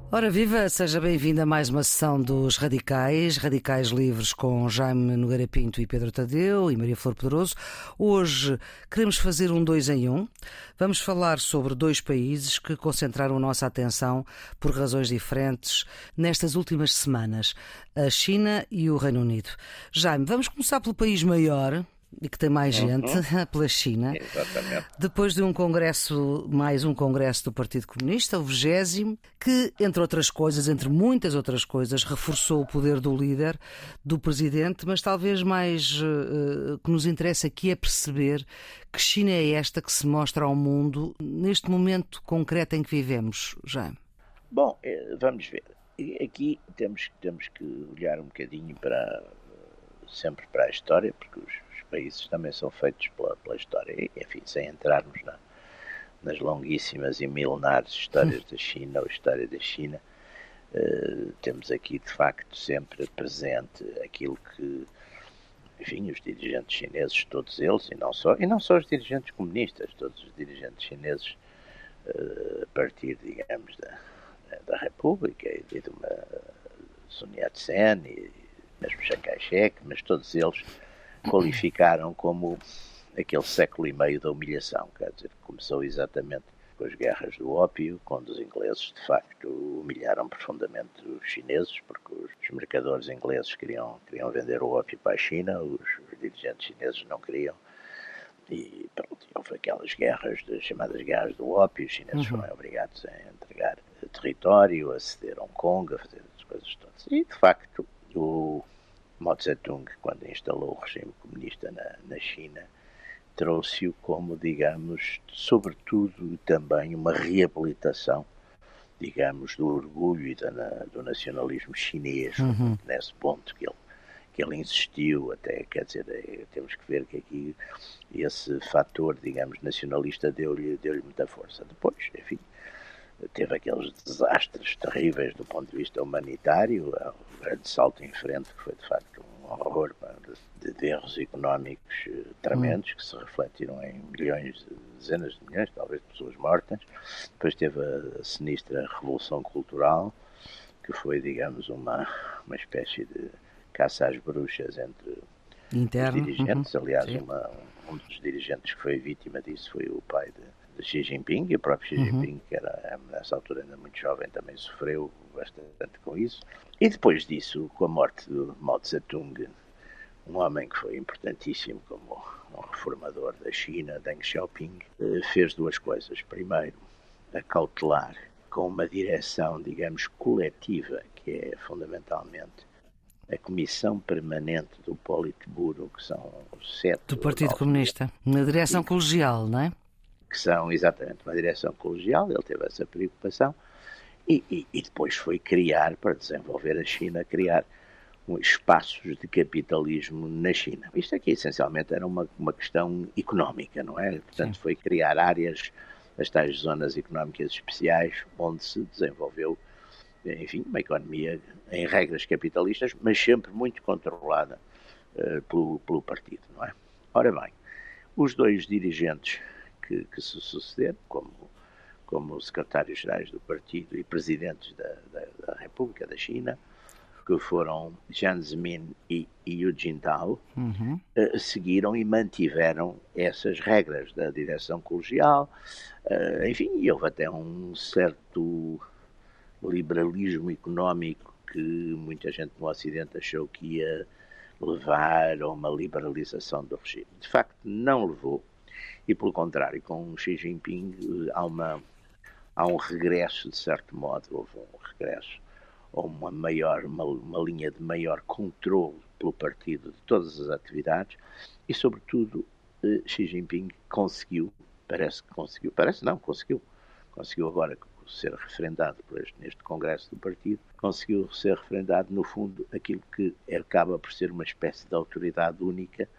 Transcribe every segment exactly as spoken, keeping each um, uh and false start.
Ora viva, seja bem-vindo a mais uma sessão dos Radicais, Radicais Livres com Jaime Nogueira Pinto e Pedro Tadeu e Maria Flor Pedroso. Hoje queremos fazer um dois em um. Vamos falar sobre dois países que concentraram a nossa atenção por razões diferentes nestas últimas semanas, a China e o Reino Unido. Jaime, vamos começar pelo país maior e que tem mais gente, Uhum. pela China. Exatamente. Depois de um congresso, mais um congresso do Partido Comunista, o vigésimo, que, entre outras coisas, entre muitas outras coisas, reforçou o poder do líder, do presidente, mas talvez mais uh, que nos interessa aqui é perceber que China é esta que se mostra ao mundo neste momento concreto em que vivemos, Jaime. Bom, vamos ver. Aqui temos, temos que olhar um bocadinho para, sempre para a história, porque os países também são feitos pela, pela história, e, enfim, sem entrarmos na, nas longuíssimas e milenares histórias da China ou história da China, uh, temos aqui de facto sempre presente aquilo que, enfim, os dirigentes chineses, todos eles, e não só, e não só os dirigentes comunistas, todos os dirigentes chineses, uh, a partir, digamos, da, da República e de uma Sun Yat-sen e mesmo Chiang Kai-shek, mas todos eles qualificaram como aquele século e meio da humilhação, quer dizer, começou exatamente com as guerras do ópio, quando os ingleses de facto humilharam profundamente os chineses, porque os mercadores ingleses queriam, queriam vender o ópio para a China, os, os dirigentes chineses não queriam, e pronto, houve aquelas guerras, das chamadas guerras do ópio, os chineses Uhum. foram obrigados a entregar território, a ceder Hong Kong, a fazer as coisas todas, e de facto o Mao Tse-tung, quando instalou o regime comunista na, na China, trouxe-o como, digamos, sobretudo também uma reabilitação, digamos, do orgulho e da, do nacionalismo chinês, Uhum. nesse ponto que ele, que ele insistiu até, quer dizer, é, temos que ver que aqui esse fator, digamos, nacionalista deu-lhe deu-lhe muita força. Depois, enfim, teve aqueles desastres terríveis do ponto de vista humanitário, o grande salto em frente, que foi de facto um horror de, de erros económicos tremendos, que se refletiram em milhões, dezenas de milhões, talvez, de pessoas mortas. Depois teve a sinistra Revolução Cultural, que foi, digamos, uma, uma espécie de caça às bruxas entre Interno. os dirigentes. Uhum. Aliás, Sim. uma, um dos dirigentes que foi vítima disso foi o pai de de Xi Jinping, e o próprio Xi Jinping, Uhum. que era nessa altura ainda muito jovem, também sofreu bastante com isso. E depois disso, com a morte de Mao Tse-tung, um homem que foi importantíssimo como um reformador da China, Deng Xiaoping, fez duas coisas. Primeiro, acautelar com uma direção, digamos, coletiva, que é fundamentalmente a Comissão Permanente do Politburo, que são sete Do ou Partido nove membros, Comunista, na direção colegial, não é? que são exatamente uma direção colegial, ele teve essa preocupação, e, e, e depois foi criar, para desenvolver a China, criar um, espaços de capitalismo na China. Isto aqui, essencialmente, era uma, uma questão económica, não é? Portanto, Sim. foi criar áreas, as tais zonas económicas especiais, onde se desenvolveu, enfim, uma economia em regras capitalistas, mas sempre muito controlada uh, pelo, pelo partido, não é? Ora bem, os dois dirigentes Que, que se sucederam como, como secretários-gerais do partido e presidentes da, da, da República da China, que foram Jiang Zemin e, e Hu Jintao, Uhum. uh, seguiram e mantiveram essas regras da direção colegial. Uh, enfim, e houve até um certo liberalismo económico que muita gente no Ocidente achou que ia levar a uma liberalização do regime. De facto, não levou. E, pelo contrário, com Xi Jinping há, uma, há um regresso, de certo modo, houve um regresso a uma, maior, uma, uma linha de maior controle pelo partido de todas as atividades e, sobretudo, Xi Jinping conseguiu, parece que conseguiu, parece não, conseguiu, conseguiu agora ser referendado por este, neste congresso do partido, conseguiu ser referendado, no fundo, aquilo que acaba por ser uma espécie de autoridade única,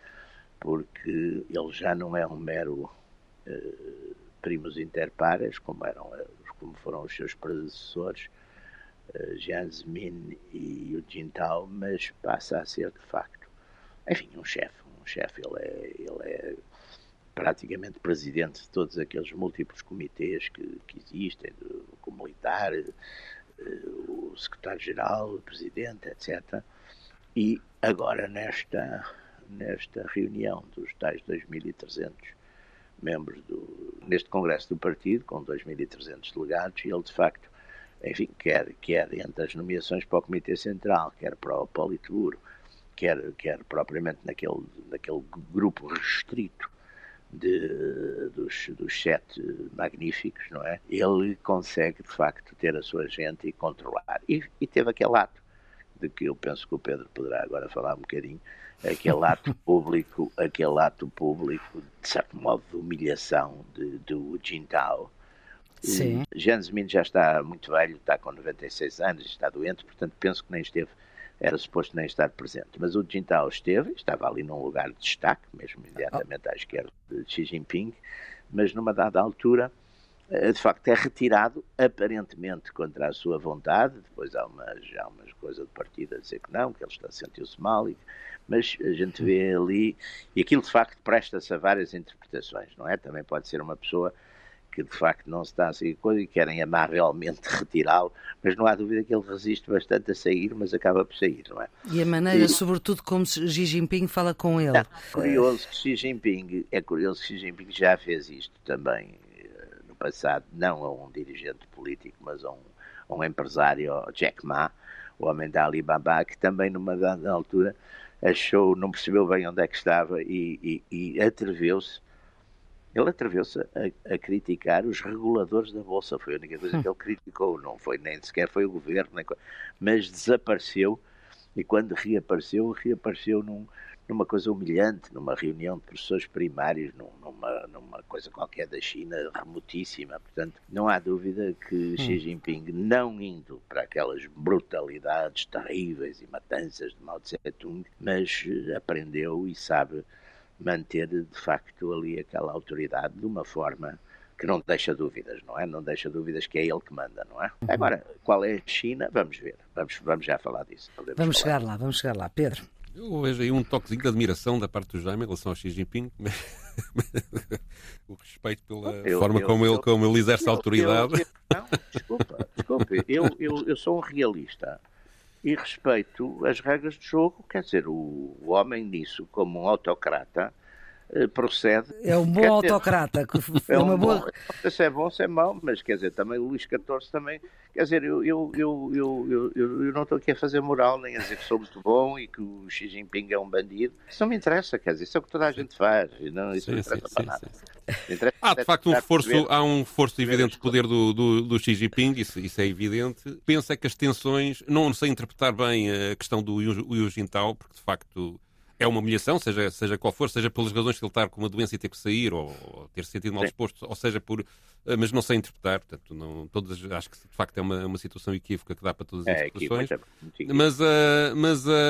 porque ele já não é um mero uh, primus inter pares, como, eram, como foram os seus predecessores, uh, Jiang Zemin e Hu Jintao, mas passa a ser, de facto, enfim, um chefe. Um chefe, ele é, ele é praticamente presidente de todos aqueles múltiplos comitês que, que existem, do, do militar, o secretário-geral, o presidente, etcétera. E agora nesta, nesta reunião dos tais dois mil e trezentos membros do, neste congresso do partido, com dois mil e trezentos delegados, e ele de facto, enfim, quer, quer entre as nomeações para o Comitê Central, quer para o Politburo, quer, quer propriamente naquele, naquele grupo restrito de, dos, dos sete magníficos, não é? Ele consegue de facto ter a sua gente e controlar. E, e teve aquele ato de que eu penso que o Pedro poderá agora falar um bocadinho, aquele ato público, aquele ato público, de certo modo, de humilhação de, do Jintao. Sim. Jiang Zemin já está muito velho, está com noventa e seis anos, está doente, portanto penso que nem esteve, era suposto nem estar presente. Mas o Jintao esteve, estava ali num lugar de destaque, mesmo imediatamente à esquerda de Xi Jinping, mas numa dada altura, de facto é retirado, aparentemente contra a sua vontade. Depois há umas, há umas coisas de partido a dizer que não, que ele está, sentiu-se mal, e, mas a gente vê ali, e aquilo de facto presta-se a várias interpretações, não é? Também pode ser uma pessoa que de facto não se está a seguir coisa e querem amavelmente retirá-lo, mas não há dúvida que ele resiste bastante a sair, mas acaba por sair, não é? E a maneira, e, sobretudo, como Xi Jinping fala com ele. É curioso que Xi Jinping, é curioso que Xi Jinping já fez isto também no passado, não a um dirigente político, mas a um, a um empresário, Jack Ma, o homem da Alibaba, que também numa dada altura achou, não percebeu bem onde é que estava e, e, e atreveu-se Ele atreveu-se a, a criticar os reguladores da Bolsa. Foi a única coisa que ele criticou. Não foi nem sequer foi o governo, nem, mas desapareceu. E quando reapareceu, reapareceu num, numa coisa humilhante, numa reunião de professores primários, num, numa, numa coisa qualquer da China, remotíssima. Portanto, não há dúvida que Xi Jinping, não indo para aquelas brutalidades terríveis e matanças de Mao Tse-tung, mas aprendeu e sabe manter de facto ali aquela autoridade de uma forma que não deixa dúvidas, não é? Não deixa dúvidas que é ele que manda, não é? Agora, qual é a China? Vamos ver, vamos, vamos já falar disso. Vamos falar. chegar lá, vamos chegar lá. Pedro? Eu vejo aí um toquezinho de admiração da parte do Jaime em relação ao Xi Jinping, o respeito pela eu, forma eu, como, eu, ele, como ele exerce eu, a autoridade. Eu, eu, não, desculpa, desculpa, eu, eu, eu sou um realista e respeito as regras do jogo, quer dizer, o, o homem nisso, como um autocrata, procede... É um bom autocrata. Dizer, é uma um boa... bom, se é bom, se é mau, mas quer dizer, também o Luís catorze também, quer dizer, eu, eu, eu, eu, eu, eu não estou aqui a fazer moral, nem a dizer que sou muito bom e que o Xi Jinping é um bandido. Isso não me interessa, quer dizer, isso é o que toda a gente faz, não, isso sim, não interessa sim, para sim, nada. Sim. Há de facto um reforço, há um reforço evidente de poder do, do, do Xi Jinping, isso, isso é evidente. Penso é que as tensões, não sei interpretar bem a questão do Hu Jintao, porque de facto é uma humilhação, seja, seja qual for, seja pelas razões que ele está com uma doença e ter que sair, ou, ou ter se sentido mal disposto, ou seja por... Mas não sei interpretar, portanto, não, todas, acho que de facto é uma, uma situação equívoca que dá para todas as é, interpretações. É mas uh, mas uh,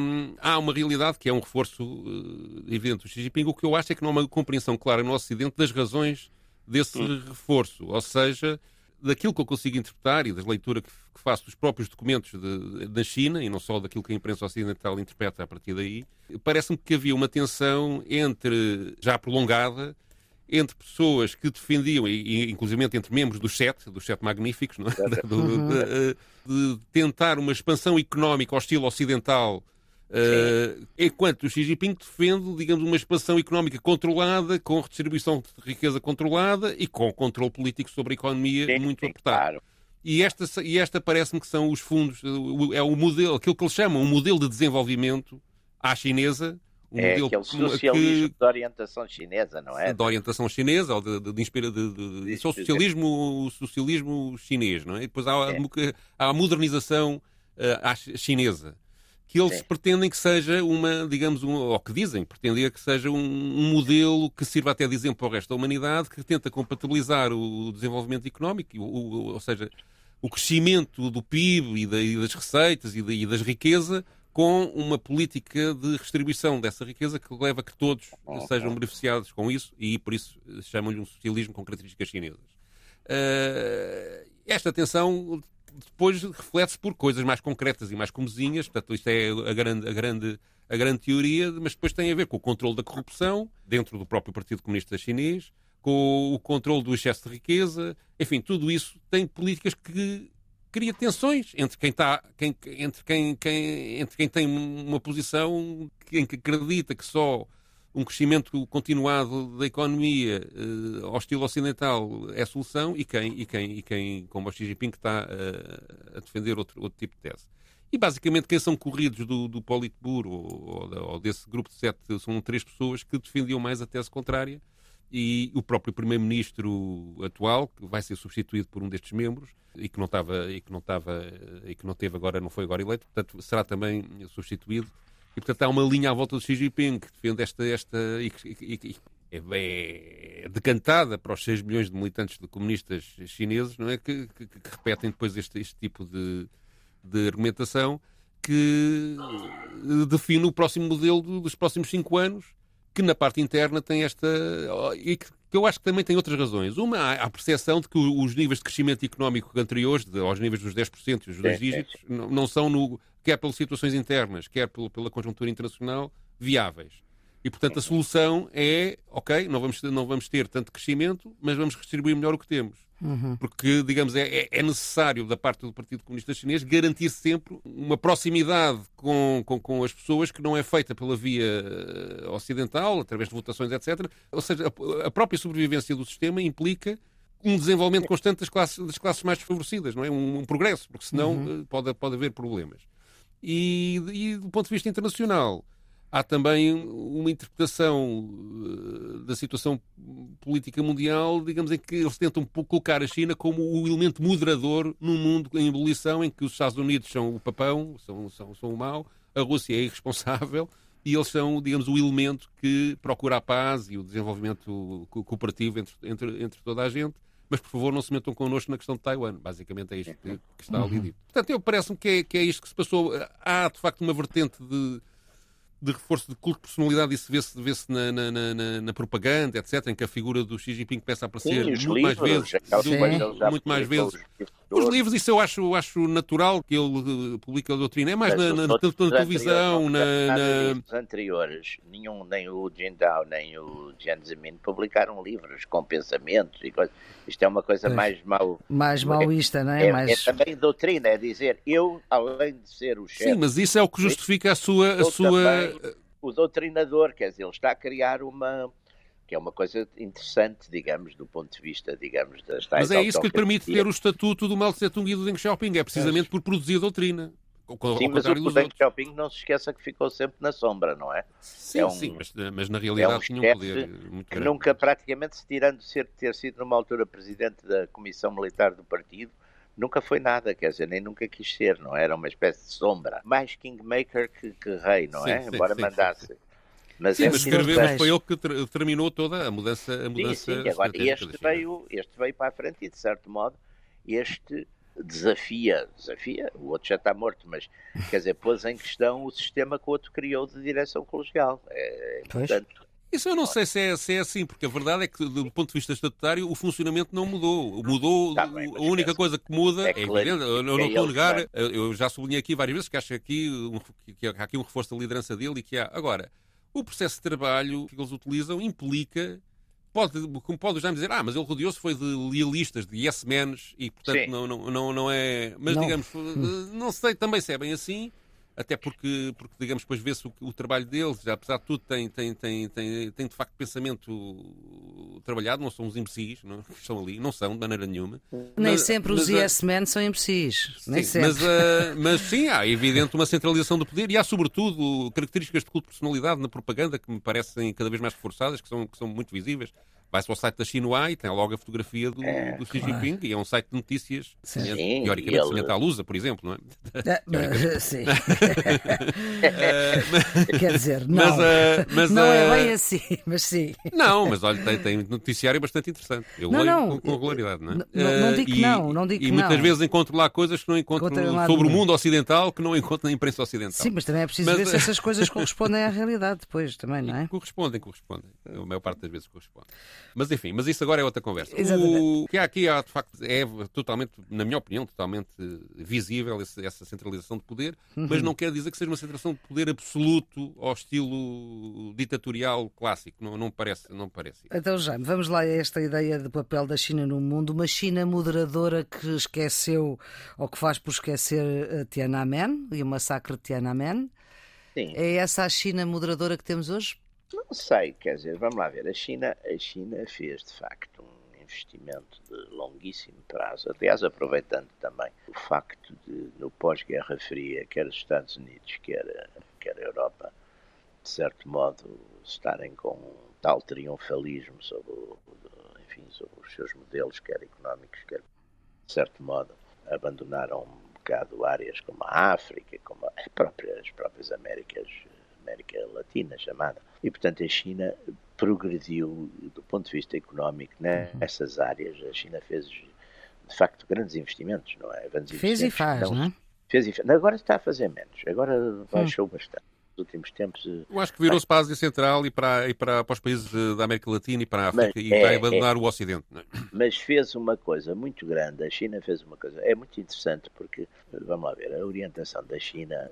há uma realidade que é um reforço uh, evidente do Xi Jinping. O que eu acho é que não há uma compreensão clara no Ocidente das razões desse hum. reforço, ou seja, daquilo que eu consigo interpretar e da leitura que, que faço dos próprios documentos de, da China, e não só daquilo que a imprensa ocidental interpreta a partir daí, parece-me que havia uma tensão entre, já prolongada, entre pessoas que defendiam, e, inclusive entre membros dos sete, dos sete magníficos, não é? Uhum. de, de, de tentar uma expansão económica ao estilo ocidental, Uh, enquanto o Xi Jinping defende, digamos, uma expansão económica controlada, com redistribuição de riqueza controlada e com controle político sobre a economia sim, muito sim, apertado. Claro. E esta, e esta parece-me que são os fundos, é o modelo, aquilo que eles chamam um modelo de desenvolvimento à chinesa. Um é modelo aquele socialismo que, de orientação chinesa, não é? De orientação chinesa, ou de, de, de, inspira, de, de, de socialismo, socialismo chinês, não é? E depois há, é. há a modernização uh, chinesa. Que eles Sim. pretendem que seja uma, digamos, um, ou que dizem, pretendem que seja um, um modelo que sirva até de exemplo para o resto da humanidade, que tenta compatibilizar o desenvolvimento económico, o, o, ou seja, o crescimento do P I B e, da, e das receitas e, da, e das riquezas com uma política de redistribuição dessa riqueza que leva a que todos sejam beneficiados com isso e, por isso, chamam-lhe um socialismo com características chinesas. Uh, esta tensão depois reflete-se por coisas mais concretas e mais comezinhas, portanto isto é a grande, a, grande, a grande teoria, mas depois tem a ver com o controle da corrupção dentro do próprio Partido Comunista Chinês, com o controle do excesso de riqueza, enfim, tudo isso tem políticas que cria tensões entre quem, está, quem, entre quem, quem, entre quem tem uma posição em que acredita que só um crescimento continuado da economia uh, ao estilo ocidental é a solução e quem, e quem, e quem como o Xi Jinping, está uh, a defender outro, outro tipo de tese. E basicamente quem são corridos do, do Politburo ou, ou, ou desse grupo de sete são três pessoas que defendiam mais a tese contrária, e o próprio primeiro-ministro atual, que vai ser substituído por um destes membros e que não estava e que não estava e que não teve agora, não foi agora eleito, portanto será também substituído. E portanto há uma linha à volta do Xi Jinping que defende esta esta e, e, e é, é decantada para os seis milhões de militantes de comunistas chineses, não é, que, que, que repetem depois este, este tipo de de argumentação que define o próximo modelo dos próximos cinco anos, que na parte interna tem esta... e que eu acho que também tem outras razões. Uma, há a percepção de que os níveis de crescimento económico anteriores, de, aos níveis dos dez por cento e os dois dígitos, não, não são, no, quer pelas situações internas, quer pelo, pela conjuntura internacional, viáveis. E, portanto, a solução é, ok, não vamos, não vamos ter tanto crescimento, mas vamos distribuir melhor o que temos. Uhum. Porque, digamos, é, é necessário da parte do Partido Comunista Chinês garantir sempre uma proximidade com, com, com as pessoas que não é feita pela via ocidental, através de votações, etcétera. Ou seja, a, a própria sobrevivência do sistema implica um desenvolvimento constante das classes, das classes mais desfavorecidas, não é? Um, um progresso, porque senão uhum. pode, pode haver problemas. E, e do ponto de vista internacional, há também uma interpretação uh, da situação política mundial, digamos, em que eles tentam um pouco colocar a China como o elemento moderador num mundo em ebulição, em que os Estados Unidos são o papão, são, são, são o mau, a Rússia é irresponsável, e eles são, digamos, o elemento que procura a paz e o desenvolvimento co- cooperativo entre, entre, entre toda a gente. Mas, por favor, não se metam connosco na questão de Taiwan. Basicamente é isto que, que está ali dito. Portanto, eu parece-me que é, que é isto que se passou. Há, de facto, uma vertente de... de reforço de culto de personalidade, isso vê-se, vê-se na, na, na, na propaganda, etcétera, em que a figura do Xi Jinping começa a aparecer Sim, muito livros, mais vezes. Sim. Muito mais vezes. Os livros, isso eu acho, acho natural que ele uh, publique a doutrina. É mais na, na, na, na televisão, na... na... Os anteriores, nenhum, nem o Jindao, nem o Jiang Zemin publicaram livros com pensamentos e coisas. Isto é uma coisa pois. mais mau... Mais maoísta, não é? É, mais... é também doutrina, é dizer, eu, além de ser o chefe... Sim, mas isso é o que justifica a sua... A sua... O doutrinador, quer dizer, ele está a criar uma... que é uma coisa interessante, digamos, do ponto de vista, digamos, das tais... Mas é isso que lhe permite ter o estatuto do Mao Tse-tung e do Deng Xiaoping, é precisamente por produzir doutrina. Ao, sim, mas o Deng Xiaoping não se esqueça que ficou sempre na sombra, não é? Sim, é um, sim, mas, mas na realidade é um tinha um poder muito que grande. Nunca, praticamente, se tirando de ser, ter sido numa altura presidente da Comissão Militar do Partido, nunca foi nada, quer dizer, nem nunca quis ser, não é? Era uma espécie de sombra. Mais kingmaker que, que rei, não é? Sim, Embora sim, mandasse... Sim, sim. Mas, sim, é mas escreveu, foi ele que ter, terminou toda a mudança. A mudança sim, sim. Agora, este, veio, este veio para a frente e, de certo modo, este desafia, desafia, o outro já está morto, mas, quer dizer, pôs em questão o sistema que o outro criou de direção colegial. É importante. Isso eu não sei se é, se é assim, porque a verdade é que, do ponto de vista estatutário, o funcionamento não mudou. Mudou, tá bem, a única é, coisa que muda, é, é claro, evidente, eu não estou a negar, eu, eu já sublinhei aqui várias vezes que acho que aqui, um, que há aqui um reforço da liderança dele e que há. Agora, o processo de trabalho que eles utilizam implica, pode, como pode já me dizer, ah, mas ele rodeou-se foi de lealistas, de yes men, e portanto não, não, não, não é... Mas não. digamos, não sei também se é bem assim, até porque, porque digamos, depois vê-se o, o trabalho deles, já, apesar de tudo, tem, tem, tem, tem, tem de facto pensamento trabalhado, não são os imbecis, não, que estão ali, não são de maneira nenhuma. Nem mas, sempre mas, os yes men são imbecis, sim, nem sempre. Mas, uh, mas sim, há evidente uma centralização do poder e há sobretudo características de culto de personalidade na propaganda que me parecem cada vez mais reforçadas, que são, que são muito visíveis. Vai-se ao site da Xinhua e tem logo a fotografia do, é, do Xi Jinping, claro. E é um site de notícias, sim, teoricamente ele... semelhante à Lusa, por exemplo, não é? é mas, sim. Quer dizer, não, mas, uh, mas, não é uh... bem assim, mas sim. Não, mas olha, tem, tem noticiário bastante interessante. Eu não, leio não, com, com regularidade, não é? Não, não digo uh, que e, não, não digo que E não. muitas vezes encontro lá coisas que não encontro sobre o mundo ocidental que não encontro na imprensa ocidental. Sim, mas também é preciso mas, ver se essas coisas correspondem à realidade depois, também, não é? Correspondem, correspondem. A maior parte das vezes corresponde. Mas enfim, mas isso agora é outra conversa. O que há aqui, há, de facto, é totalmente, na minha opinião, totalmente visível esse, essa centralização de poder, uhum. mas não quer dizer que seja uma centralização de poder absoluto ao estilo ditatorial clássico. Não, não, parece, não parece isso. Então, Jaime, vamos lá a esta ideia do papel da China no mundo. Uma China moderadora que esqueceu, ou que faz por esquecer Tiananmen e o massacre de Tiananmen. Sim. É essa a China moderadora que temos hoje? Não sei, quer dizer, vamos lá ver. A China, a China fez, de facto, um investimento de longuíssimo prazo. Aliás, aproveitando também o facto de, no pós-Guerra Fria, quer os Estados Unidos, quer, quer a Europa, de certo modo, estarem com um tal triunfalismo sobre, enfim, sobre os seus modelos, quer económicos, quer, de certo modo, abandonaram um bocado áreas como a África, como as próprias, as próprias Américas, América Latina chamada. E, portanto, a China progrediu do ponto de vista económico nessas áreas. A China fez, de facto, grandes investimentos, não é? Grandes fez e faz, não, não é? Fez e faz. Agora está a fazer menos. Agora baixou hum. bastante. Nos últimos tempos... Eu acho que virou-se para a Ásia Central e, para, e para, para os países da América Latina e para a África mas, e é, vai abandonar é, o Ocidente. Não é? Mas fez uma coisa muito grande. A China fez uma coisa... É muito interessante porque, vamos lá ver, a orientação da China,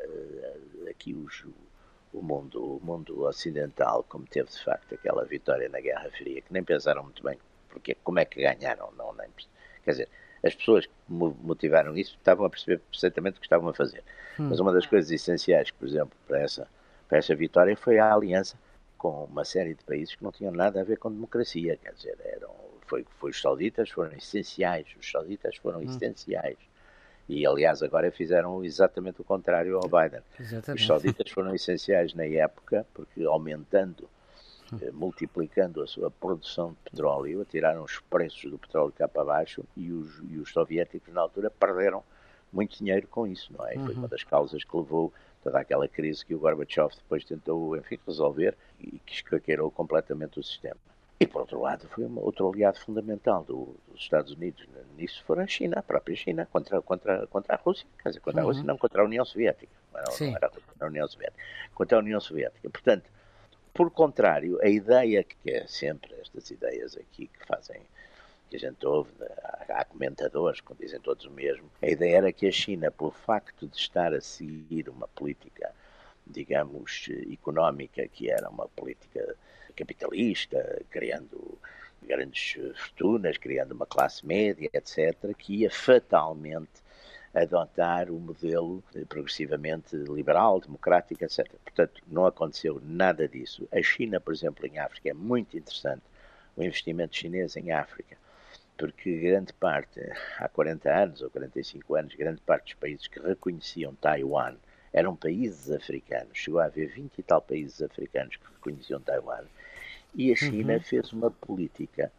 aqui os... O mundo, o mundo ocidental, como teve de facto aquela vitória na Guerra Fria, que nem pensaram muito bem porque, como é que ganharam, não, nem, quer dizer, as pessoas que motivaram isso estavam a perceber perfeitamente o que estavam a fazer. Hum. Mas uma das coisas essenciais, por exemplo, para essa, para essa vitória foi a aliança com uma série de países que não tinham nada a ver com democracia, quer dizer, eram, foi, foi os sauditas foram essenciais, os sauditas foram hum. essenciais. E, aliás, agora fizeram exatamente o contrário ao Biden. Exatamente. Os sauditas foram essenciais na época, porque aumentando, eh, multiplicando a sua produção de petróleo, atiraram os preços do petróleo cá para baixo e os, e os soviéticos, na altura, perderam muito dinheiro com isso, não é? Uhum. Foi uma das causas que levou toda aquela crise que o Gorbachev depois tentou, enfim, resolver e que escaqueirou completamente o sistema. E, por outro lado, foi um outro aliado fundamental do, dos Estados Unidos nisso, foi a China, a própria China, contra, contra, contra a Rússia. Quer dizer, contra uhum. a Rússia, não contra a União Soviética. Não, não era contra a União Soviética. Contra a União Soviética. Portanto, por contrário, a ideia que é sempre estas ideias aqui que fazem, que a gente ouve, há comentadores que dizem todos o mesmo, a ideia era que a China, pelo facto de estar a seguir uma política, digamos, económica, que era uma política capitalista, criando grandes fortunas, criando uma classe média, etcétera, que ia fatalmente adotar o modelo progressivamente liberal, democrático, etcétera. Portanto, não aconteceu nada disso. A China, por exemplo, em África, é muito interessante o investimento chinês em África, porque grande parte, há quarenta anos ou quarenta e cinco anos, grande parte dos países que reconheciam Taiwan eram países africanos. Chegou a haver vinte e tal países africanos que reconheciam Taiwan. E a China uhum. fez uma política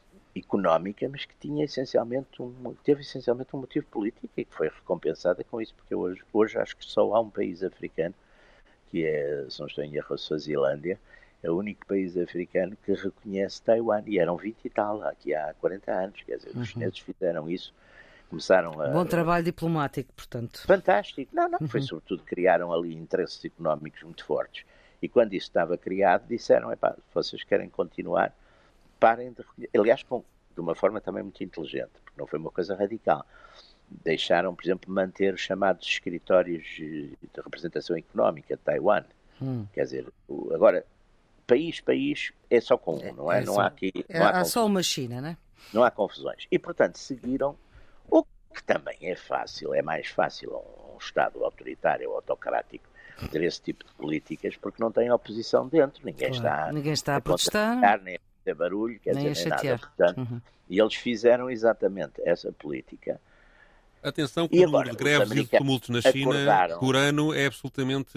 económica, mas que tinha essencialmente um, teve essencialmente um motivo político e que foi recompensada com isso, porque hoje, hoje acho que só há um país africano, que é, se não estou em erro, a Suazilândia, é o único país africano que reconhece Taiwan, e eram vinte e tal, aqui há quarenta anos, quer dizer, uhum. os chineses fizeram isso, começaram a... Bom trabalho diplomático, portanto. Fantástico, não, não, uhum. foi sobretudo, criaram ali interesses económicos muito fortes, e quando isso estava criado, disseram, epá, se vocês querem continuar, parem de recolher. Aliás, com, de uma forma também muito inteligente, porque não foi uma coisa radical. Deixaram, por exemplo, manter os chamados escritórios de representação económica de Taiwan. Hum. Quer dizer, o, agora, país, país, é só com um, não é? é não só, há aqui... Não é, há, há só uma China, não é? Não há confusões. E, portanto, seguiram o que também é fácil, é mais fácil um, um Estado autoritário ou autocrático ter esse tipo de políticas, porque não tem oposição dentro, ninguém, claro, está, ninguém está a protestar, nem a fazer barulho, quer nem dizer, a nem nada. Portanto, uhum. E eles fizeram exatamente essa política. Atenção que e o número de greves e de tumultos na China acordaram... por ano é absolutamente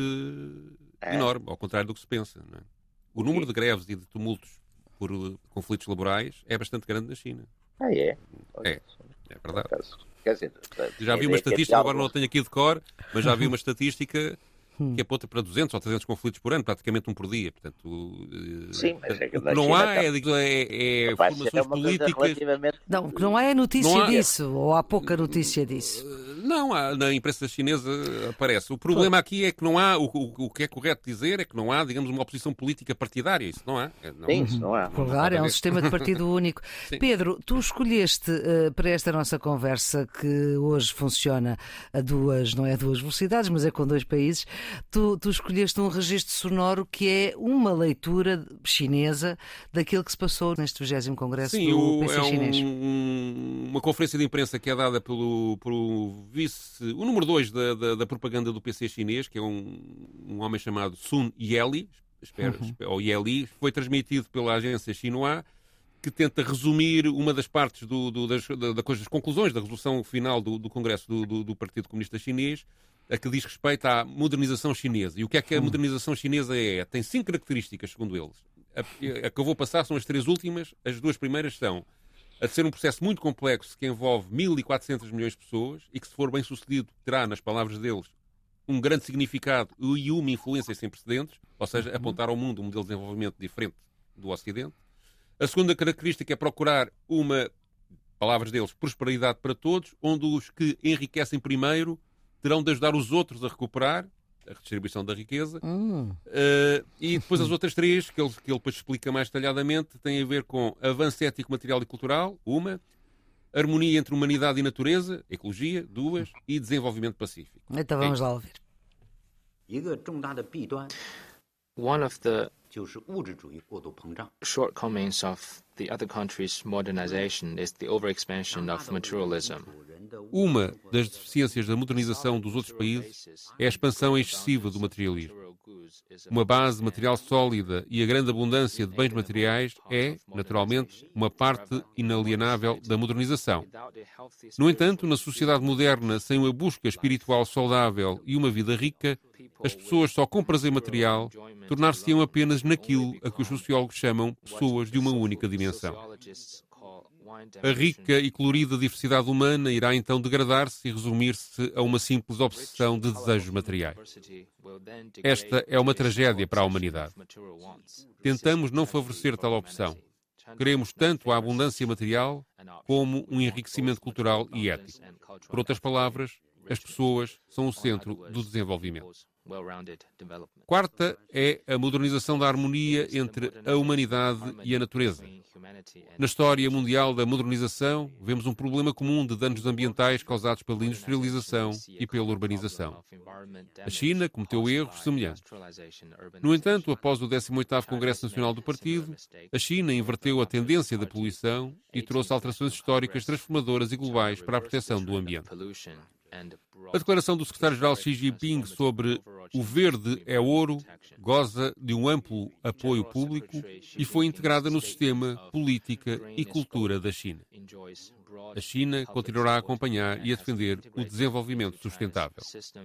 é. enorme, ao contrário do que se pensa. Não é? O número de greves e de tumultos por conflitos laborais é bastante grande na China. Ah, é? É, é verdade. Quer dizer, já vi uma estatística, agora não a tenho aqui de cor, mas já vi uma estatística hum. que aponta para duzentos ou trezentos conflitos por ano, praticamente um por dia. Portanto, Sim, mas é que o que não há é, é, é formações é políticas... relativamente... Não, o que não há é notícia não há... disso, ou há pouca notícia disso. Não, há, na imprensa chinesa aparece. O problema aqui é que não há, o, o, o que é correto dizer é que não há, digamos, uma oposição política partidária. Isso não há. Não, Sim, isso não há. Claro, é um sistema de partido único. Sim. Pedro, tu escolheste uh, para esta nossa conversa, que hoje funciona a duas, não é a duas velocidades, mas é com dois países, tu, tu escolheste um registro sonoro que é uma leitura chinesa daquilo que se passou neste vigésimo Congresso Sim, do o, P C é chinês. Um, uma conferência de imprensa que é dada pelo, pelo vice, o número dois da, da, da propaganda do P C chinês, que é um, um homem chamado Sun Yeli, espero, Uhum. espero, ou Yeli, foi transmitido pela agência Xinhua, que tenta resumir uma das partes do, do, das, da, das conclusões da resolução final do, do Congresso do, do, do Partido Comunista Chinês, a que diz respeito à modernização chinesa. E o que é que a modernização chinesa é? Tem cinco características, segundo eles. A, a que eu vou passar são as três últimas. As duas primeiras são a de ser um processo muito complexo que envolve mil e quatrocentos milhões de pessoas e que, se for bem sucedido, terá, nas palavras deles, um grande significado e uma influência sem precedentes, ou seja, apontar ao mundo um modelo de desenvolvimento diferente do Ocidente. A segunda característica é procurar uma, palavras deles, prosperidade para todos, onde os que enriquecem primeiro terão de ajudar os outros a recuperar a redistribuição da riqueza. Hum. Uh, e depois as outras três, que ele, que ele depois explica mais detalhadamente, têm a ver com avanço ético, material e cultural, uma, harmonia entre humanidade e natureza, ecologia, duas, e desenvolvimento pacífico. Então vamos lá ouvir. One of the shortcomings of the other countries' modernization is the overexpansion of materialism. Uma das deficiências da modernização dos outros países é a expansão excessiva do materialismo. Uma base material sólida e a grande abundância de bens materiais é, naturalmente, uma parte inalienável da modernização. No entanto, na sociedade moderna, sem uma busca espiritual saudável e uma vida rica, as pessoas só com prazer material tornar-se-iam apenas naquilo a que os sociólogos chamam pessoas de uma única dimensão. A rica e colorida diversidade humana irá então degradar-se e resumir-se a uma simples obsessão de desejos materiais. Esta é uma tragédia para a humanidade. Tentamos não favorecer tal opção. Queremos tanto a abundância material como um enriquecimento cultural e ético. Por outras palavras, as pessoas são o centro do desenvolvimento. Quarta é a modernização da harmonia entre a humanidade e a natureza. Na história mundial da modernização, vemos um problema comum de danos ambientais causados pela industrialização e pela urbanização. A China cometeu erros semelhantes. No entanto, após o décimo oitavo Congresso Nacional do Partido, a China inverteu a tendência da poluição e trouxe alterações históricas transformadoras e globais para a proteção do ambiente. A declaração do secretário-geral Xi Jinping sobre o verde é ouro goza de um amplo apoio público e foi integrada no sistema, política e cultura da China. A China continuará a acompanhar e a defender o desenvolvimento sustentável.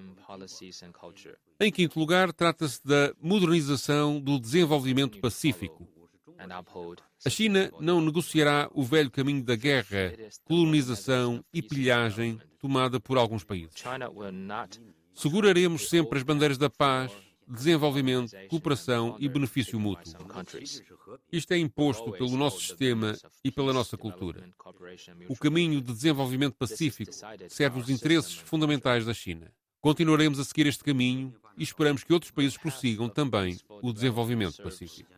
Em quinto lugar, trata-se da modernização do desenvolvimento pacífico. A China não negociará o velho caminho da guerra, colonização e pilhagem tomada por alguns países. Seguraremos sempre as bandeiras da paz, desenvolvimento, cooperação e benefício mútuo. Isto é imposto pelo nosso sistema e pela nossa cultura. O caminho de desenvolvimento pacífico serve os interesses fundamentais da China. Continuaremos a seguir este caminho e esperamos que outros países prossigam também o desenvolvimento pacífico.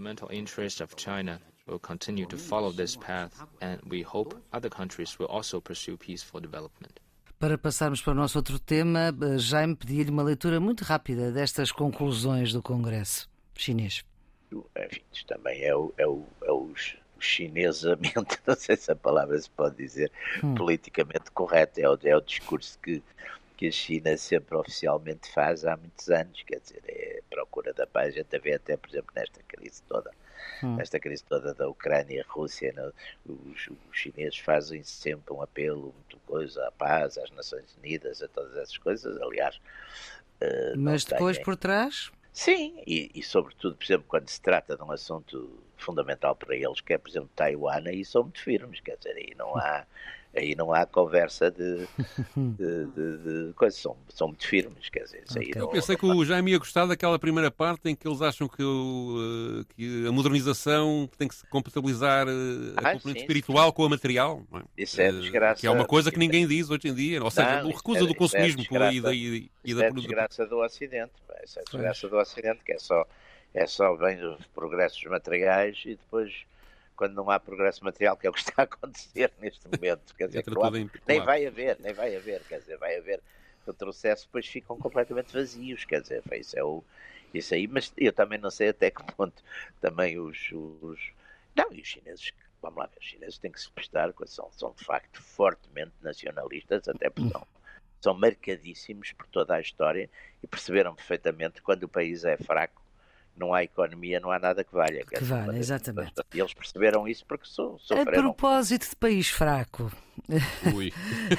Will continue to follow this path, and we hope other countries will also pursue peaceful development. Para passarmos para o nosso outro tema, Jaime pedia-lhe uma leitura muito rápida destas conclusões do Congresso chinês. Enfim, isto também é o, é o, é o chinesamente, não sei se a palavra se pode dizer, hum. politicamente correta, é o, é o discurso que, que a China sempre oficialmente faz há muitos anos, quer dizer, é a procura da paz. A gente vê até, por exemplo, nesta crise toda, Hum. esta crise toda da Ucrânia e Rússia, né? os, os chineses fazem sempre um apelo, muito coisa, à paz, às Nações Unidas, a todas essas coisas, aliás. Uh, Mas depois têm... por trás? Sim, e, e sobretudo, por exemplo, quando se trata de um assunto fundamental para eles, que é, por exemplo, Taiwan, aí são muito firmes, quer dizer, aí não há, Aí não há conversa de, de, de, de coisas, são, são muito firmes, quer dizer, isso aí okay. não, Eu pensei que o Jaime ia gostar daquela primeira parte em que eles acham que, o, que a modernização tem que se compatibilizar a ah, componente sim, espiritual sim. com a material, não é? Isso é desgraça. Que é uma coisa que ninguém diz hoje em dia, ou seja, não, o recusa é, do consumismo é e da, e, e da, é desgraça do Ocidente, isso é desgraça pois. do Ocidente, que é só, é só vem os progressos materiais e depois, quando não há progresso material, que é o que está a acontecer neste momento, quer dizer, há, nem vai haver, nem vai haver, quer dizer, vai haver retrocesso, depois ficam completamente vazios, quer dizer, isso é o, isso aí, mas eu também não sei até que ponto também os, os não, e os chineses, vamos lá ver, os chineses têm que se prestar, são, são de facto fortemente nacionalistas, até porque são, são marcadíssimos por toda a história e perceberam perfeitamente que quando o país é fraco, não há economia, não há nada que valha. Que valha, exatamente. E eles perceberam isso porque so, sofreram. A propósito de país fraco, Ui.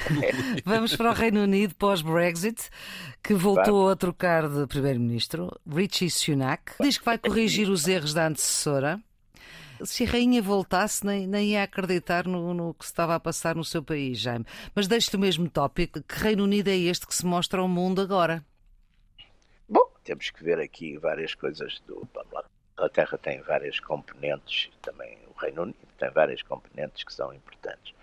vamos para o Reino Unido pós-Brexit, que voltou Vamos. a trocar de primeiro-ministro. Rishi Sunak diz que vai corrigir os erros da antecessora. Se a rainha voltasse, nem, nem ia acreditar no, no que se estava a passar no seu país, Jaime. Mas deixo-te o mesmo tópico. Que Reino Unido é este que se mostra ao mundo agora? Bom, temos que ver aqui várias coisas do... Vamos lá. A Inglaterra tem várias componentes, também o Reino Unido tem várias componentes que são importantes.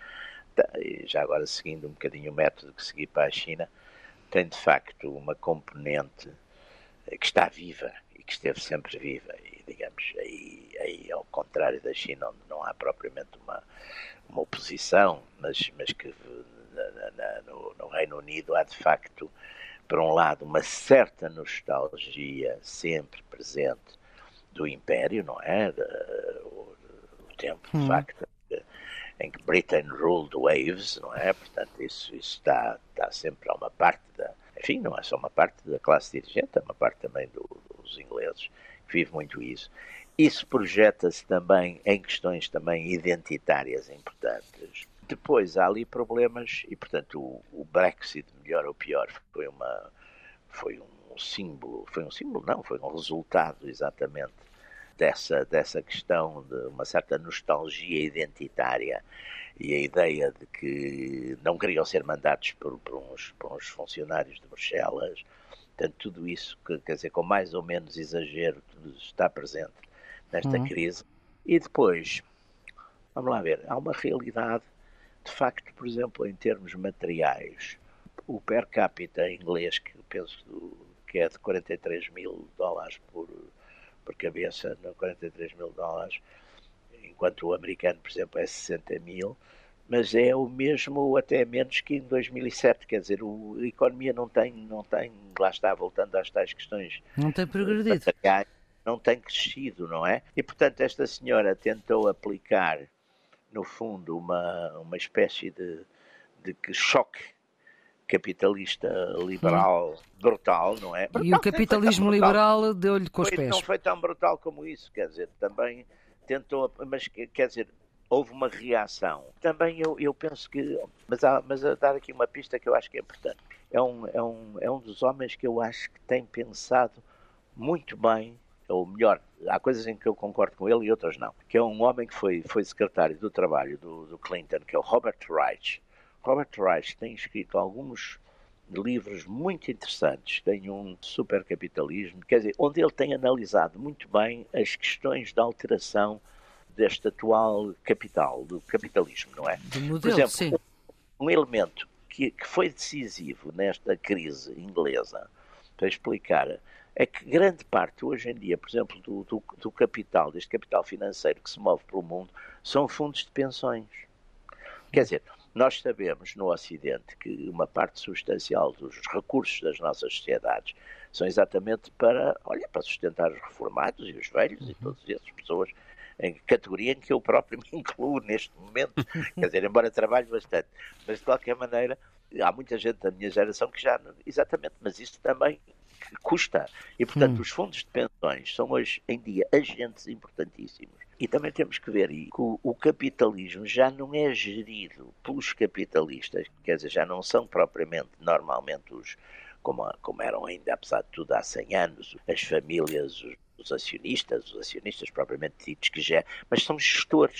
E já agora, seguindo um bocadinho o método que segui para a China, tem de facto uma componente que está viva e que esteve sempre viva. E, digamos, aí, aí ao contrário da China, onde não há propriamente uma, uma oposição, mas, mas que na, na, no, no Reino Unido há de facto, por um lado, uma certa nostalgia sempre presente do Império, não é? De, o, o tempo, de hum. facto, de, em que Britain ruled waves, não é? Portanto, isso, isso está, está sempre a uma parte da... Enfim, não é só uma parte da classe dirigente, é uma parte também do, dos ingleses, que vive muito isso. Isso projeta-se também em questões também identitárias importantes. Depois há ali problemas e, portanto, o, o Brexit, melhor ou pior, foi uma foi um símbolo, foi um símbolo não, foi um resultado exatamente dessa, dessa questão de uma certa nostalgia identitária e a ideia de que não queriam ser mandados por, por, uns, por uns funcionários de Bruxelas. Portanto, tudo isso, que, quer dizer, com mais ou menos exagero, está presente nesta uhum. crise. E depois, vamos lá ver, há uma realidade. De facto, por exemplo, em termos materiais, o per capita inglês, que eu penso que é de quarenta e três mil dólares por, por cabeça, não quarenta e três mil dólares, enquanto o americano, por exemplo, é sessenta mil, mas é o mesmo, até menos que em dois mil e sete, quer dizer, o, a economia não tem, não tem, lá está, voltando às tais questões... Não tem progredido. Não tem crescido, não é? E, portanto, esta senhora tentou aplicar no fundo, uma, uma espécie de, de choque capitalista liberal hum. brutal, não é? Brutal, e o capitalismo liberal deu-lhe com os foi, pés. Não foi tão brutal como isso, quer dizer, também tentou, mas quer dizer, houve uma reação. Também eu, eu penso que, mas, há, mas a dar aqui uma pista que eu acho que é importante. É um, é, um, é um dos homens que eu acho que tem pensado muito bem, ou melhor, há coisas em que eu concordo com ele e outras não, que é um homem que foi, foi secretário do trabalho do, do Clinton, que é o Robert Reich. Robert Reich tem escrito alguns livros muito interessantes, tem um Supercapitalismo, quer dizer, onde ele tem analisado muito bem as questões da alteração deste atual capital, do capitalismo, não é? Do modelo, por exemplo, sim. Um, um elemento que, que foi decisivo nesta crise inglesa, para explicar, é que grande parte hoje em dia, por exemplo, do, do, do capital, deste capital financeiro que se move pelo mundo, são fundos de pensões. Quer dizer, nós sabemos no Ocidente que uma parte substancial dos recursos das nossas sociedades são exatamente para, olha, para sustentar os reformados e os velhos e todas essas pessoas, em categoria em que eu próprio me incluo neste momento, quer dizer, embora trabalhe bastante, mas de qualquer maneira há muita gente da minha geração que já, exatamente, mas isso também custa. E, portanto, hum. os fundos de pensões são hoje em dia agentes importantíssimos. E também temos que ver que o, o capitalismo já não é gerido pelos capitalistas, quer dizer, já não são propriamente, normalmente, os, como, como eram ainda, apesar de tudo, há cem anos, as famílias, os, os acionistas, os acionistas propriamente ditos, que já, mas são gestores,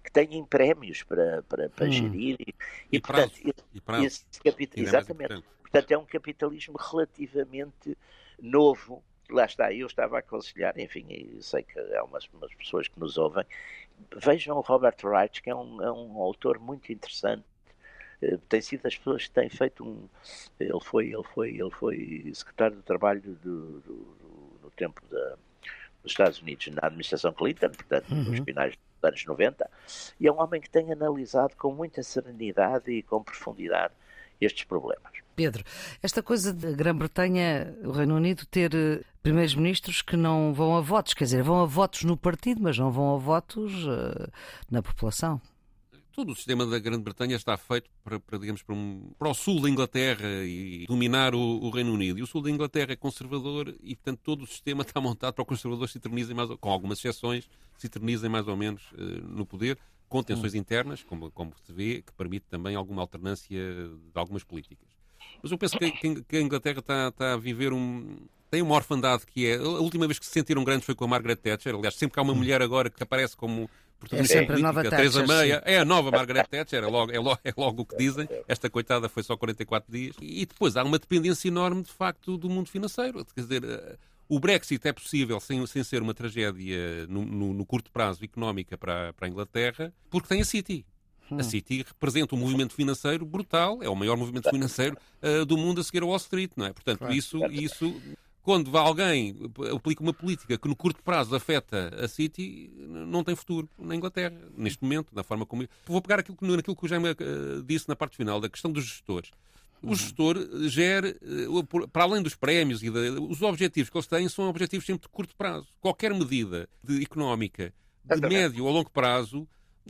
que têm prémios para, para, para hum. gerir. E, e, e portanto, prazo, e prazo. Esse capital, exatamente. Portanto, é um capitalismo relativamente novo. Lá está, eu estava a aconselhar, enfim, eu sei que há umas, umas pessoas que nos ouvem, vejam o Robert Reich, que é um, é um autor muito interessante. Uh, tem sido das pessoas que têm feito um... Ele foi, ele foi, ele foi secretário do Trabalho do, do, do, no tempo da, dos Estados Unidos, na administração Clinton, portanto, uhum. nos finais dos anos noventa, e é um homem que tem analisado com muita serenidade e com profundidade estes problemas. Pedro, esta coisa da Grã-Bretanha, o Reino Unido, ter primeiros-ministros que não vão a votos, quer dizer, vão a votos no partido, mas não vão a votos uh, na população. Todo o sistema da Grã-Bretanha está feito para, para, digamos, para, um, para o sul da Inglaterra e dominar o, o Reino Unido. E o sul da Inglaterra é conservador e, portanto, todo o sistema está montado para que os conservadores se eternizem, mais, com algumas exceções, se eternizem mais ou menos uh, no poder, com tensões hum. internas, como, como se vê, que permite também alguma alternância de algumas políticas. Mas eu penso que, que a Inglaterra está, está a viver um... Tem uma orfandade que é... A última vez que se sentiram grandes foi com a Margaret Thatcher. Aliás, sempre que há uma mulher agora que aparece como... É sempre a nova Theresa Thatcher. May, é a nova Margaret Thatcher, é logo, é, logo, é logo o que dizem. Esta coitada foi só quarenta e quatro dias. E depois há uma dependência enorme, de facto, do mundo financeiro. Quer dizer, o Brexit é possível sem, sem ser uma tragédia no, no, no curto prazo económica para, para a Inglaterra, porque tem a City. A City representa um movimento financeiro brutal, é o maior movimento financeiro uh, do mundo a seguir ao Wall Street, não é? Portanto, claro. isso, isso, quando alguém aplica uma política que no curto prazo afeta a City, não tem futuro na Inglaterra, neste momento, da forma como... Vou pegar aquilo, naquilo que o Jaime uh, disse na parte final, da questão dos gestores. O gestor gera, uh, para além dos prémios e de, os objetivos que eles têm são objetivos sempre de curto prazo. Qualquer medida de, económica de médio ou longo prazo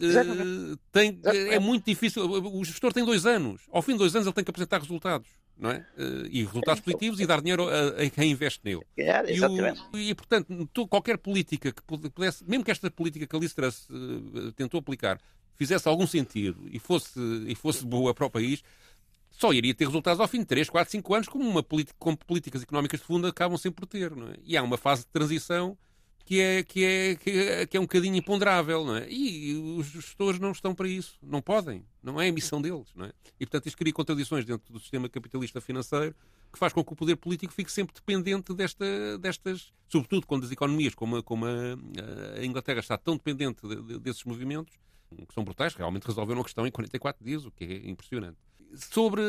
Uh, tem, é muito difícil. O gestor tem dois anos. Ao fim de dois anos ele tem que apresentar resultados, não é? Uh, e resultados positivos e dar dinheiro a, a quem investe nele. É, e, o, e, portanto, tu, qualquer política que pudesse, mesmo que esta política que a Liz Truss uh, tentou aplicar, fizesse algum sentido e fosse, e fosse boa para o país, só iria ter resultados ao fim de três, quatro, cinco anos, como, uma como políticas económicas de fundo acabam sempre por ter, não é? E há uma fase de transição que é, que, é, que, é, que é um bocadinho imponderável, não é? E os gestores não estão para isso, não podem, não é a missão deles, não é? E, portanto, isto cria contradições dentro do sistema capitalista financeiro que faz com que o poder político fique sempre dependente desta, destas, sobretudo quando as economias, como a, como a, a Inglaterra está tão dependente de, de, desses movimentos, que são brutais, realmente resolveram a questão em quarenta e quatro dias, o que é impressionante. Sobre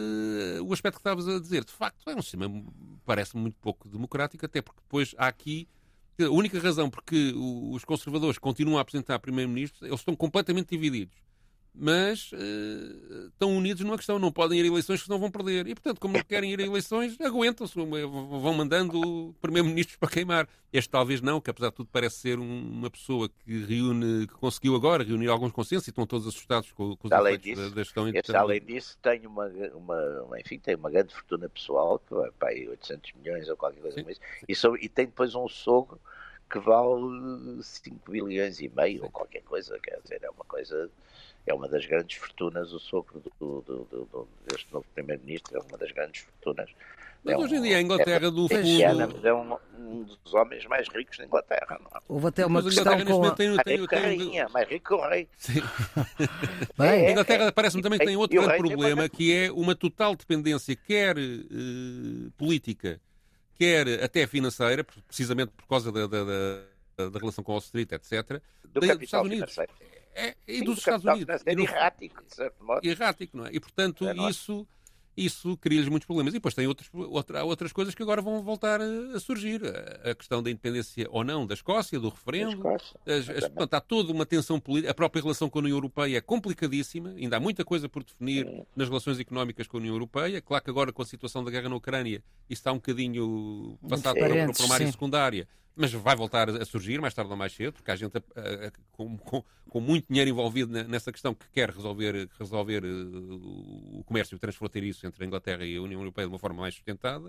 o aspecto que estavas a dizer, de facto, é um sistema, parece muito pouco democrático, até porque depois há aqui a única razão porque os conservadores continuam a apresentar primeiro-ministros, eles estão completamente divididos. Mas uh, estão unidos numa questão, não podem ir a eleições que senão vão perder. E, portanto, como não querem ir a eleições, aguentam-se, vão mandando primeiro-ministros para queimar. Este talvez não, que apesar de tudo parece ser uma pessoa que reúne, que conseguiu agora reunir alguns consensos e estão todos assustados com, com os além efeitos disso, da, da gestão. Este, além disso, tem uma, uma, enfim, tem uma grande fortuna pessoal, que vai para aí oitocentos milhões ou qualquer coisa como isso, e, so, e tem depois um sogro que vale cinco bilhões e meio sim. ou qualquer coisa, quer dizer, é uma coisa... É uma das grandes fortunas, o sogro do, do, do, do, deste novo primeiro-ministro é uma das grandes fortunas. Mas é hoje em um, dia a Inglaterra, é, do é, fundo... É um, um dos homens mais ricos da Inglaterra, não é? Houve até uma Mas questão com... A... Tem, tem, rico tem, a rainha, mais rico que o rei. Sim. Bem, a Inglaterra parece-me também que tem outro grande problema, uma... que é uma total dependência, quer uh, política, quer até financeira, precisamente por causa da, da, da, da relação com Wall Street, etcétera, do dos capital Estados Unidos. Financeiro. É, e Sim, dos Estados Unidos. É errático, de certo modo. Errático, não é? E, portanto, é isso, isso cria-lhes muitos problemas. E depois tem outros, outra, outras coisas que agora vão voltar a, a surgir. A, a questão da independência ou não da Escócia, do referendo. Escócia, as, as, portanto, há toda uma tensão política. A própria relação com a União Europeia é complicadíssima. Ainda há muita coisa por definir Sim. nas relações económicas com a União Europeia. Claro que agora, com a situação da guerra na Ucrânia, isso está um bocadinho passado para, para uma área secundária. Mas vai voltar a surgir mais tarde ou mais cedo, porque há gente a, a, a, com, com, com muito dinheiro envolvido nessa questão que quer resolver, resolver uh, o comércio transfronteiriço entre a Inglaterra e a União Europeia de uma forma mais sustentada.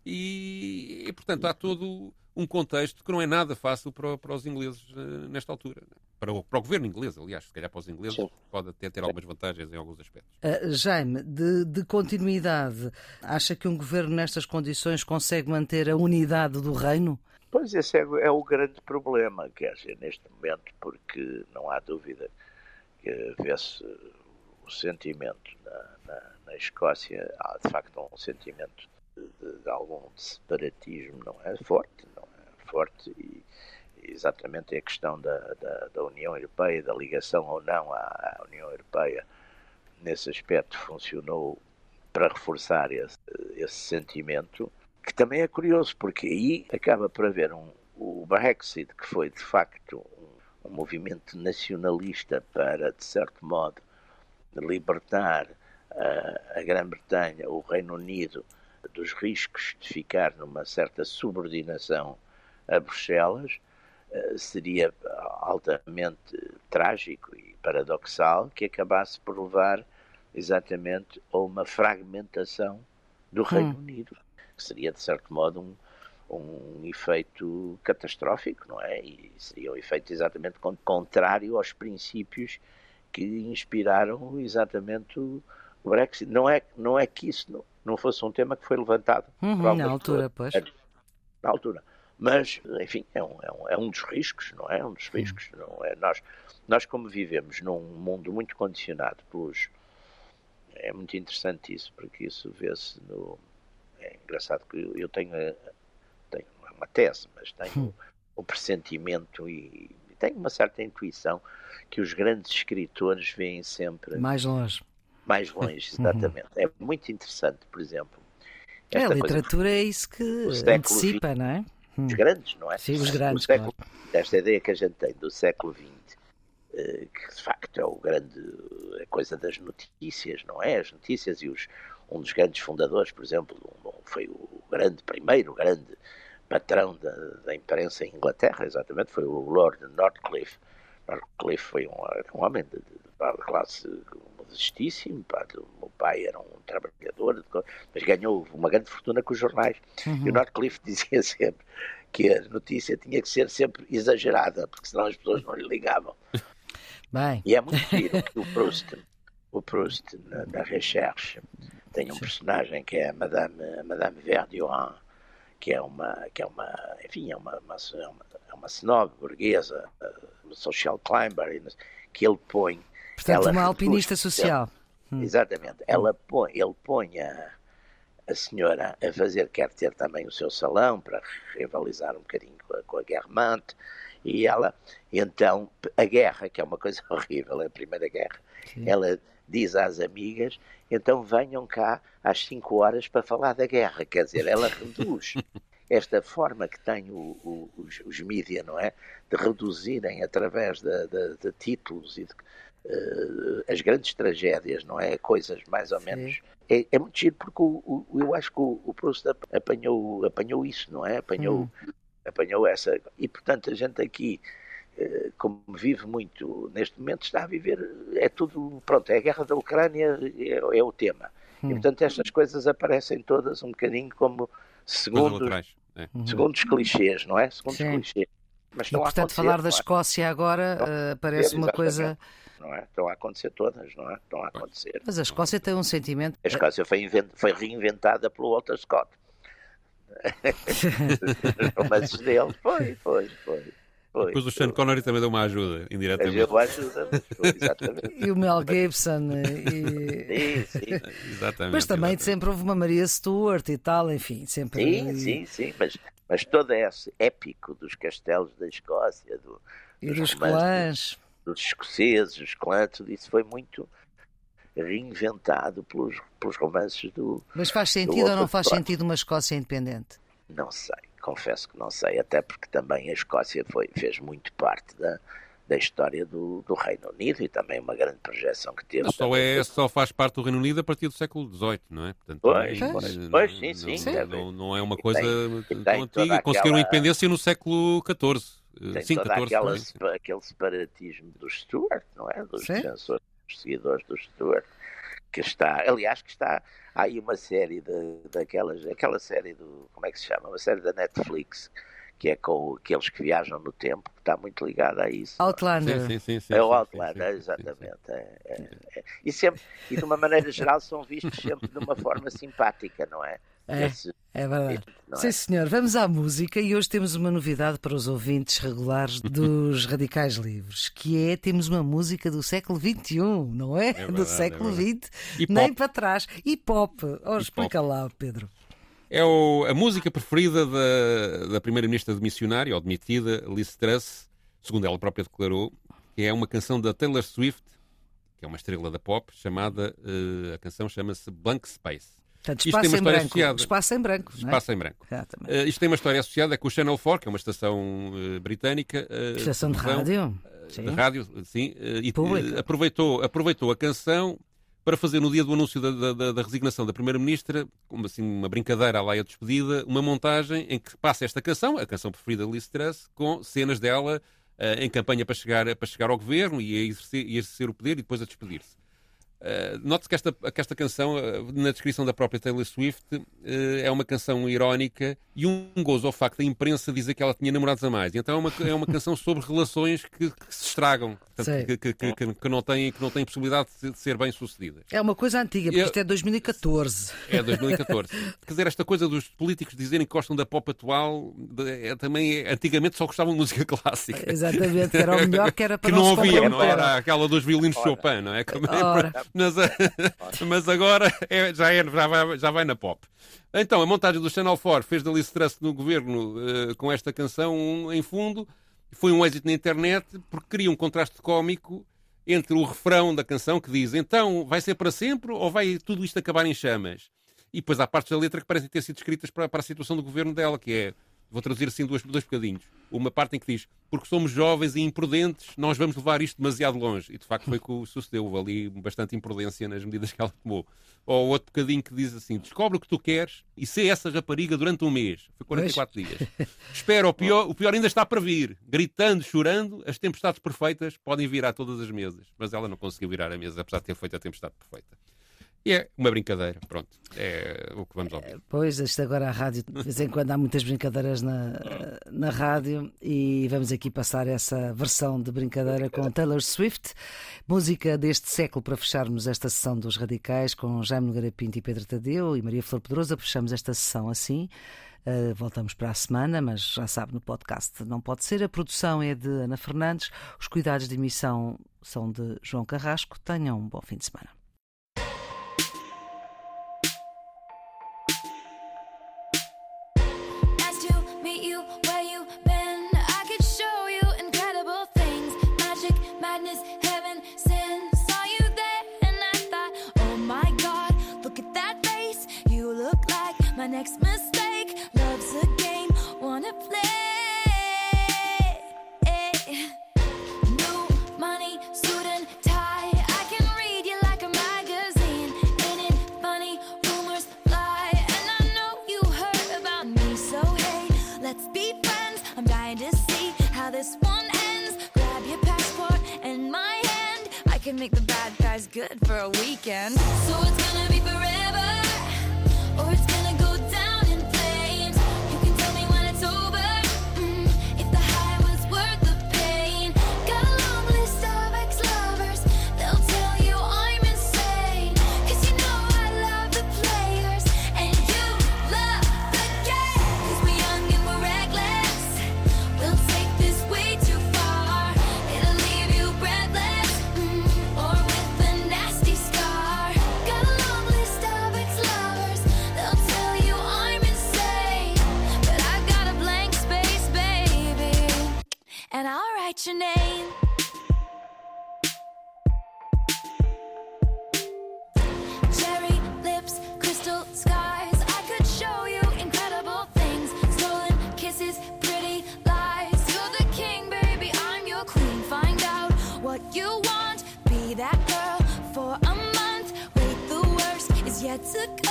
E, e portanto, há todo um contexto que não é nada fácil para, para os ingleses uh, nesta altura. Para o, para o governo inglês, aliás, se calhar para os ingleses Sim. pode até ter algumas vantagens em alguns aspectos. Uh, Jaime, de, de continuidade, acha que um governo nestas condições consegue manter a unidade do reino? Pois esse é, é o grande problema, quer dizer, neste momento, porque não há dúvida que vê-se o sentimento na, na, na Escócia, há de facto um sentimento de, de algum separatismo, não é forte, não é forte, e exatamente a questão da, da, da União Europeia, da ligação ou não à, à União Europeia, nesse aspecto funcionou para reforçar esse, esse sentimento, que também é curioso, porque aí acaba por haver um, o Brexit, que foi de facto um, um movimento nacionalista para, de certo modo, libertar uh, a Grã-Bretanha, o Reino Unido, dos riscos de ficar numa certa subordinação a Bruxelas, uh, seria altamente trágico e paradoxal que acabasse por levar exatamente a uma fragmentação do Reino hum. Unido, que seria, de certo modo, um, um efeito catastrófico, não é? E seria um efeito exatamente contrário aos princípios que inspiraram exatamente o Brexit. Não é, não é que isso não, não fosse um tema que foi levantado uhum, na altura, pois. Na altura. Mas, enfim, é um, é um, é um dos riscos, não é? É um dos riscos. Uhum. Não é? Nós, nós, como vivemos num mundo muito condicionado pelos... É muito interessante isso, porque isso vê-se no... É engraçado que eu tenho, tenho uma tese, mas tenho o pressentimento e tenho uma certa intuição que os grandes escritores veem sempre... Mais longe. Mais longe, exatamente. Uhum. É muito interessante, por exemplo... É, a literatura é isso que antecipa, não é? Os grandes, não é? Sim, os grandes, século, claro. Esta ideia que a gente tem do século vinte, que de facto é o grande, a coisa das notícias, não é? As notícias e os, um dos grandes fundadores, por exemplo, foi o grande, primeiro grande patrão da, da imprensa em Inglaterra, exatamente, foi o Lord Northcliffe. Northcliffe foi um, um homem de, de, de classe modestíssimo, o meu pai era um trabalhador, mas ganhou uma grande fortuna com os jornais. Uhum. E o Northcliffe dizia sempre que a notícia tinha que ser sempre exagerada, porque senão as pessoas não lhe ligavam. Bem. E é muito giro que o Proust, o Proust na, na Recherche, tem um personagem que é a Madame, a Madame Verdurin, que é uma, que é uma, enfim, é uma, uma, é uma snob burguesa, uma social climber, que ele põe... Portanto, uma alpinista social. Ela, exatamente. Ela põe, ele põe a, a senhora a fazer, quer ter também o seu salão para rivalizar um bocadinho com a, com a Guermantes, e ela, então, a guerra, que é uma coisa horrível, a Primeira Guerra, sim, ela diz às amigas, então venham cá às cinco horas para falar da guerra, quer dizer, ela reduz esta forma que tem o, o, os, os mídia, não é? De reduzirem através de, de, de títulos e de uh, as grandes tragédias, não é? Coisas mais ou menos... É, é muito giro porque o, o, eu acho que o, o Proust apanhou, apanhou isso, não é? Apanhou, hum. apanhou essa... E, portanto, a gente aqui, uh, como vive muito, neste momento está a viver, é tudo... Pronto, é a guerra da Ucrânia, é, é o tema. Hum. E, portanto, estas coisas aparecem todas um bocadinho como... Segundo, é. segundo os clichês, não é? Segundo Sim. os clichês. Mas e, portanto, falar da Escócia agora uh, parece uma coisa... Não é? Estão a acontecer todas, não é? Estão a acontecer. Mas a Escócia tem um sentimento... A Escócia foi, invent... foi reinventada pelo Walter Scott. Os romances dele, foi, foi, foi. Foi, depois o Sean Connery também deu uma ajuda, indiretamente. Deu uma ajuda, exatamente. E o Mel Gibson. E... Sim, sim. Exatamente. Mas também exatamente. sempre houve uma Maria Stuart e tal, enfim. Sempre... Sim, sim, sim. Mas, mas todo esse épico dos castelos da Escócia, do, e dos, dos clãs, dos escoceses, os clãs, tudo isso foi muito reinventado pelos, pelos romances do... Mas faz sentido ou não faz sentido uma Escócia independente? Não sei. Confesso que não sei, até porque também a Escócia foi, fez muito parte da, da história do, do Reino Unido e também uma grande projeção que teve. Só, é, só faz parte do Reino Unido a partir do século dezoito, não é? Portanto, pois, não, pois, não, pois, sim, sim. Não, não, não é uma coisa tem, tão antiga. Conseguiram aquela... independência no século catorze. Tem Sim, toda catorze, aquela, também. aquele separatismo dos Stuart, não é? Dos sim. defensores, dos seguidores dos Stuart, que está, aliás, que está... Há aí uma série de, daquelas, aquela série do, como é que se chama? Uma série da Netflix, que é com aqueles que viajam no tempo, que está muito ligada a isso. Outlander. Sim, sim, sim, é o sim, Outlander, sim, exatamente. Sim, sim. É, é, é. E, sempre, e de uma maneira geral são vistos sempre de uma forma simpática, não é? É, esse, é verdade. Esse, Sim, é? senhor. Vamos à música e hoje temos uma novidade para os ouvintes regulares dos Radicais Livres, que é, temos uma música do século vinte e um, não é? é verdade, do século é vinte, nem para trás. E pop. Oh, explica pop. lá, Pedro. É o, a música preferida da, da primeira-ministra demissionária, ou demitida, Liz Truss, segundo ela própria declarou, que é uma canção da Taylor Swift, que é uma estrela da pop, chamada, uh, a canção chama-se Blank Space. Portanto, espaço, isto tem uma história branco, associada. espaço em branco. Espaço não é? em branco. Uh, isto tem uma história associada com o Channel quatro, que é uma estação uh, britânica. Uh, estação de rádio. Uh, de rádio, sim. Uh, e uh, aproveitou, aproveitou a canção para fazer, no dia do anúncio da, da, da resignação da Primeira-Ministra, como assim, uma brincadeira à laia de despedida, uma montagem em que passa esta canção, a canção preferida de Liz Truss, com cenas dela uh, em campanha para chegar, para chegar ao governo e a exercer, e exercer o poder e depois a despedir-se. Uh, Note-se que esta, que esta canção, uh, na descrição da própria Taylor Swift, uh, é uma canção irónica e um gozo ao facto da imprensa dizer que ela tinha namorados a mais. E então é uma, é uma canção sobre relações que, que se estragam, portanto, que, que, que, que, que, não têm, que não têm possibilidade de ser bem sucedidas. É uma coisa antiga, porque é, isto é dois mil e catorze. É dois mil e catorze. Quer dizer, esta coisa dos políticos dizerem que gostam da pop atual, é, também é, antigamente só gostavam de música clássica. Exatamente, que era o melhor que era para que não havia, não era aquela dos violinos de Chopin, não é? Mas, mas agora é, já, é, já, vai, já vai na pop. Então, a montagem do Channel quatro fez da Liz Truss no governo uh, com esta canção um, em fundo. Foi um êxito na internet porque cria um contraste cómico entre o refrão da canção que diz então vai ser para sempre ou vai tudo isto acabar em chamas? E depois há partes da letra que parecem ter sido escritas para, para a situação do governo dela, que é, vou traduzir assim dois, dois bocadinhos. Uma parte em que diz, porque somos jovens e imprudentes, nós vamos levar isto demasiado longe. E de facto foi o que sucedeu. Houve ali bastante imprudência nas medidas que ela tomou. Ou outro bocadinho que diz assim, descobre o que tu queres e sê essa rapariga durante um mês. Foi quarenta e quatro dias. Espera, o pior, o pior ainda está para vir. Gritando, chorando, as tempestades perfeitas podem virar todas as mesas. Mas ela não conseguiu virar a mesa, apesar de ter feito a tempestade perfeita. E é uma brincadeira, pronto, é o que vamos ouvir. Pois, isto agora a rádio, de vez em quando há muitas brincadeiras na, na rádio e vamos aqui passar essa versão de brincadeira com Taylor Swift, música deste século para fecharmos esta sessão dos Radicais com Jaime Nogueira Pinto e Pedro Tadeu e Maria Flor Pedrosa. Fechamos esta sessão assim, uh, voltamos para a semana, mas já sabe, no podcast não pode ser. A produção é de Ana Fernandes, os cuidados de emissão são de João Carrasco. Tenham um bom fim de semana. Next mistake, love's a game, wanna play. New money, suit and tie, I can read you like a magazine. Ain't it funny, rumors fly, and I know you heard about me. So hey, let's be friends, I'm dying to see how this one ends. Grab your passport and my hand, I can make the bad guys good for a weekend. So it's gonna be forever, or it's gonna go down in flames. You can tell me when it's over, mm, if the high was worth the pain. Got a long list of ex-lovers, they'll tell you I'm insane. Cause you know I love the players, and you love the game. Cause we're young and we're reckless, we'll take this way too far. It'll leave you breathless, mm, or with a nasty scar. Got a long list of ex-lovers, they'll tell you I'm insane, but I got a blank space, baby, and I'll write your name. Cherry lips, crystal skies, I could show you incredible things. Stolen kisses, pretty lies. You're the king, baby, I'm your queen. Find out what you want, be that girl for a month. Wait, the worst is yet to come.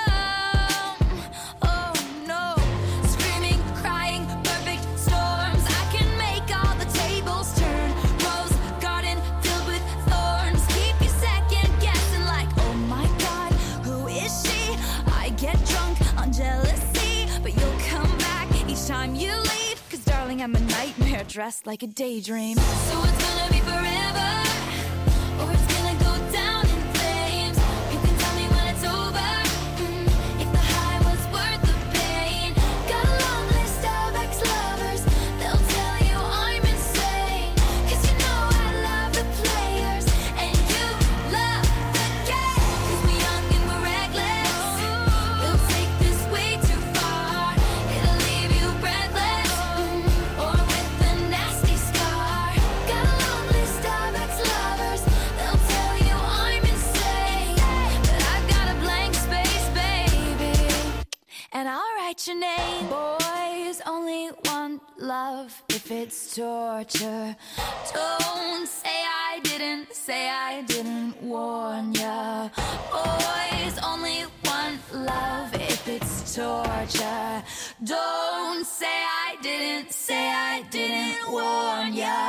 Oh no, screaming, crying, perfect storms. I can make all the tables turn. Rose garden filled with thorns. Keep you second guessing like, oh my God, who is she? I get drunk on jealousy, but you'll come back each time you leave. Cause darling, I'm a nightmare dressed like a daydream. So it's gonna be forever, or it's gonna go down in flames. You can tell me when it's over, mm, if the high was love if it's torture. Don't say I didn't, say I didn't warn ya. Boys only want love if it's torture. Don't say I didn't, say I didn't warn ya.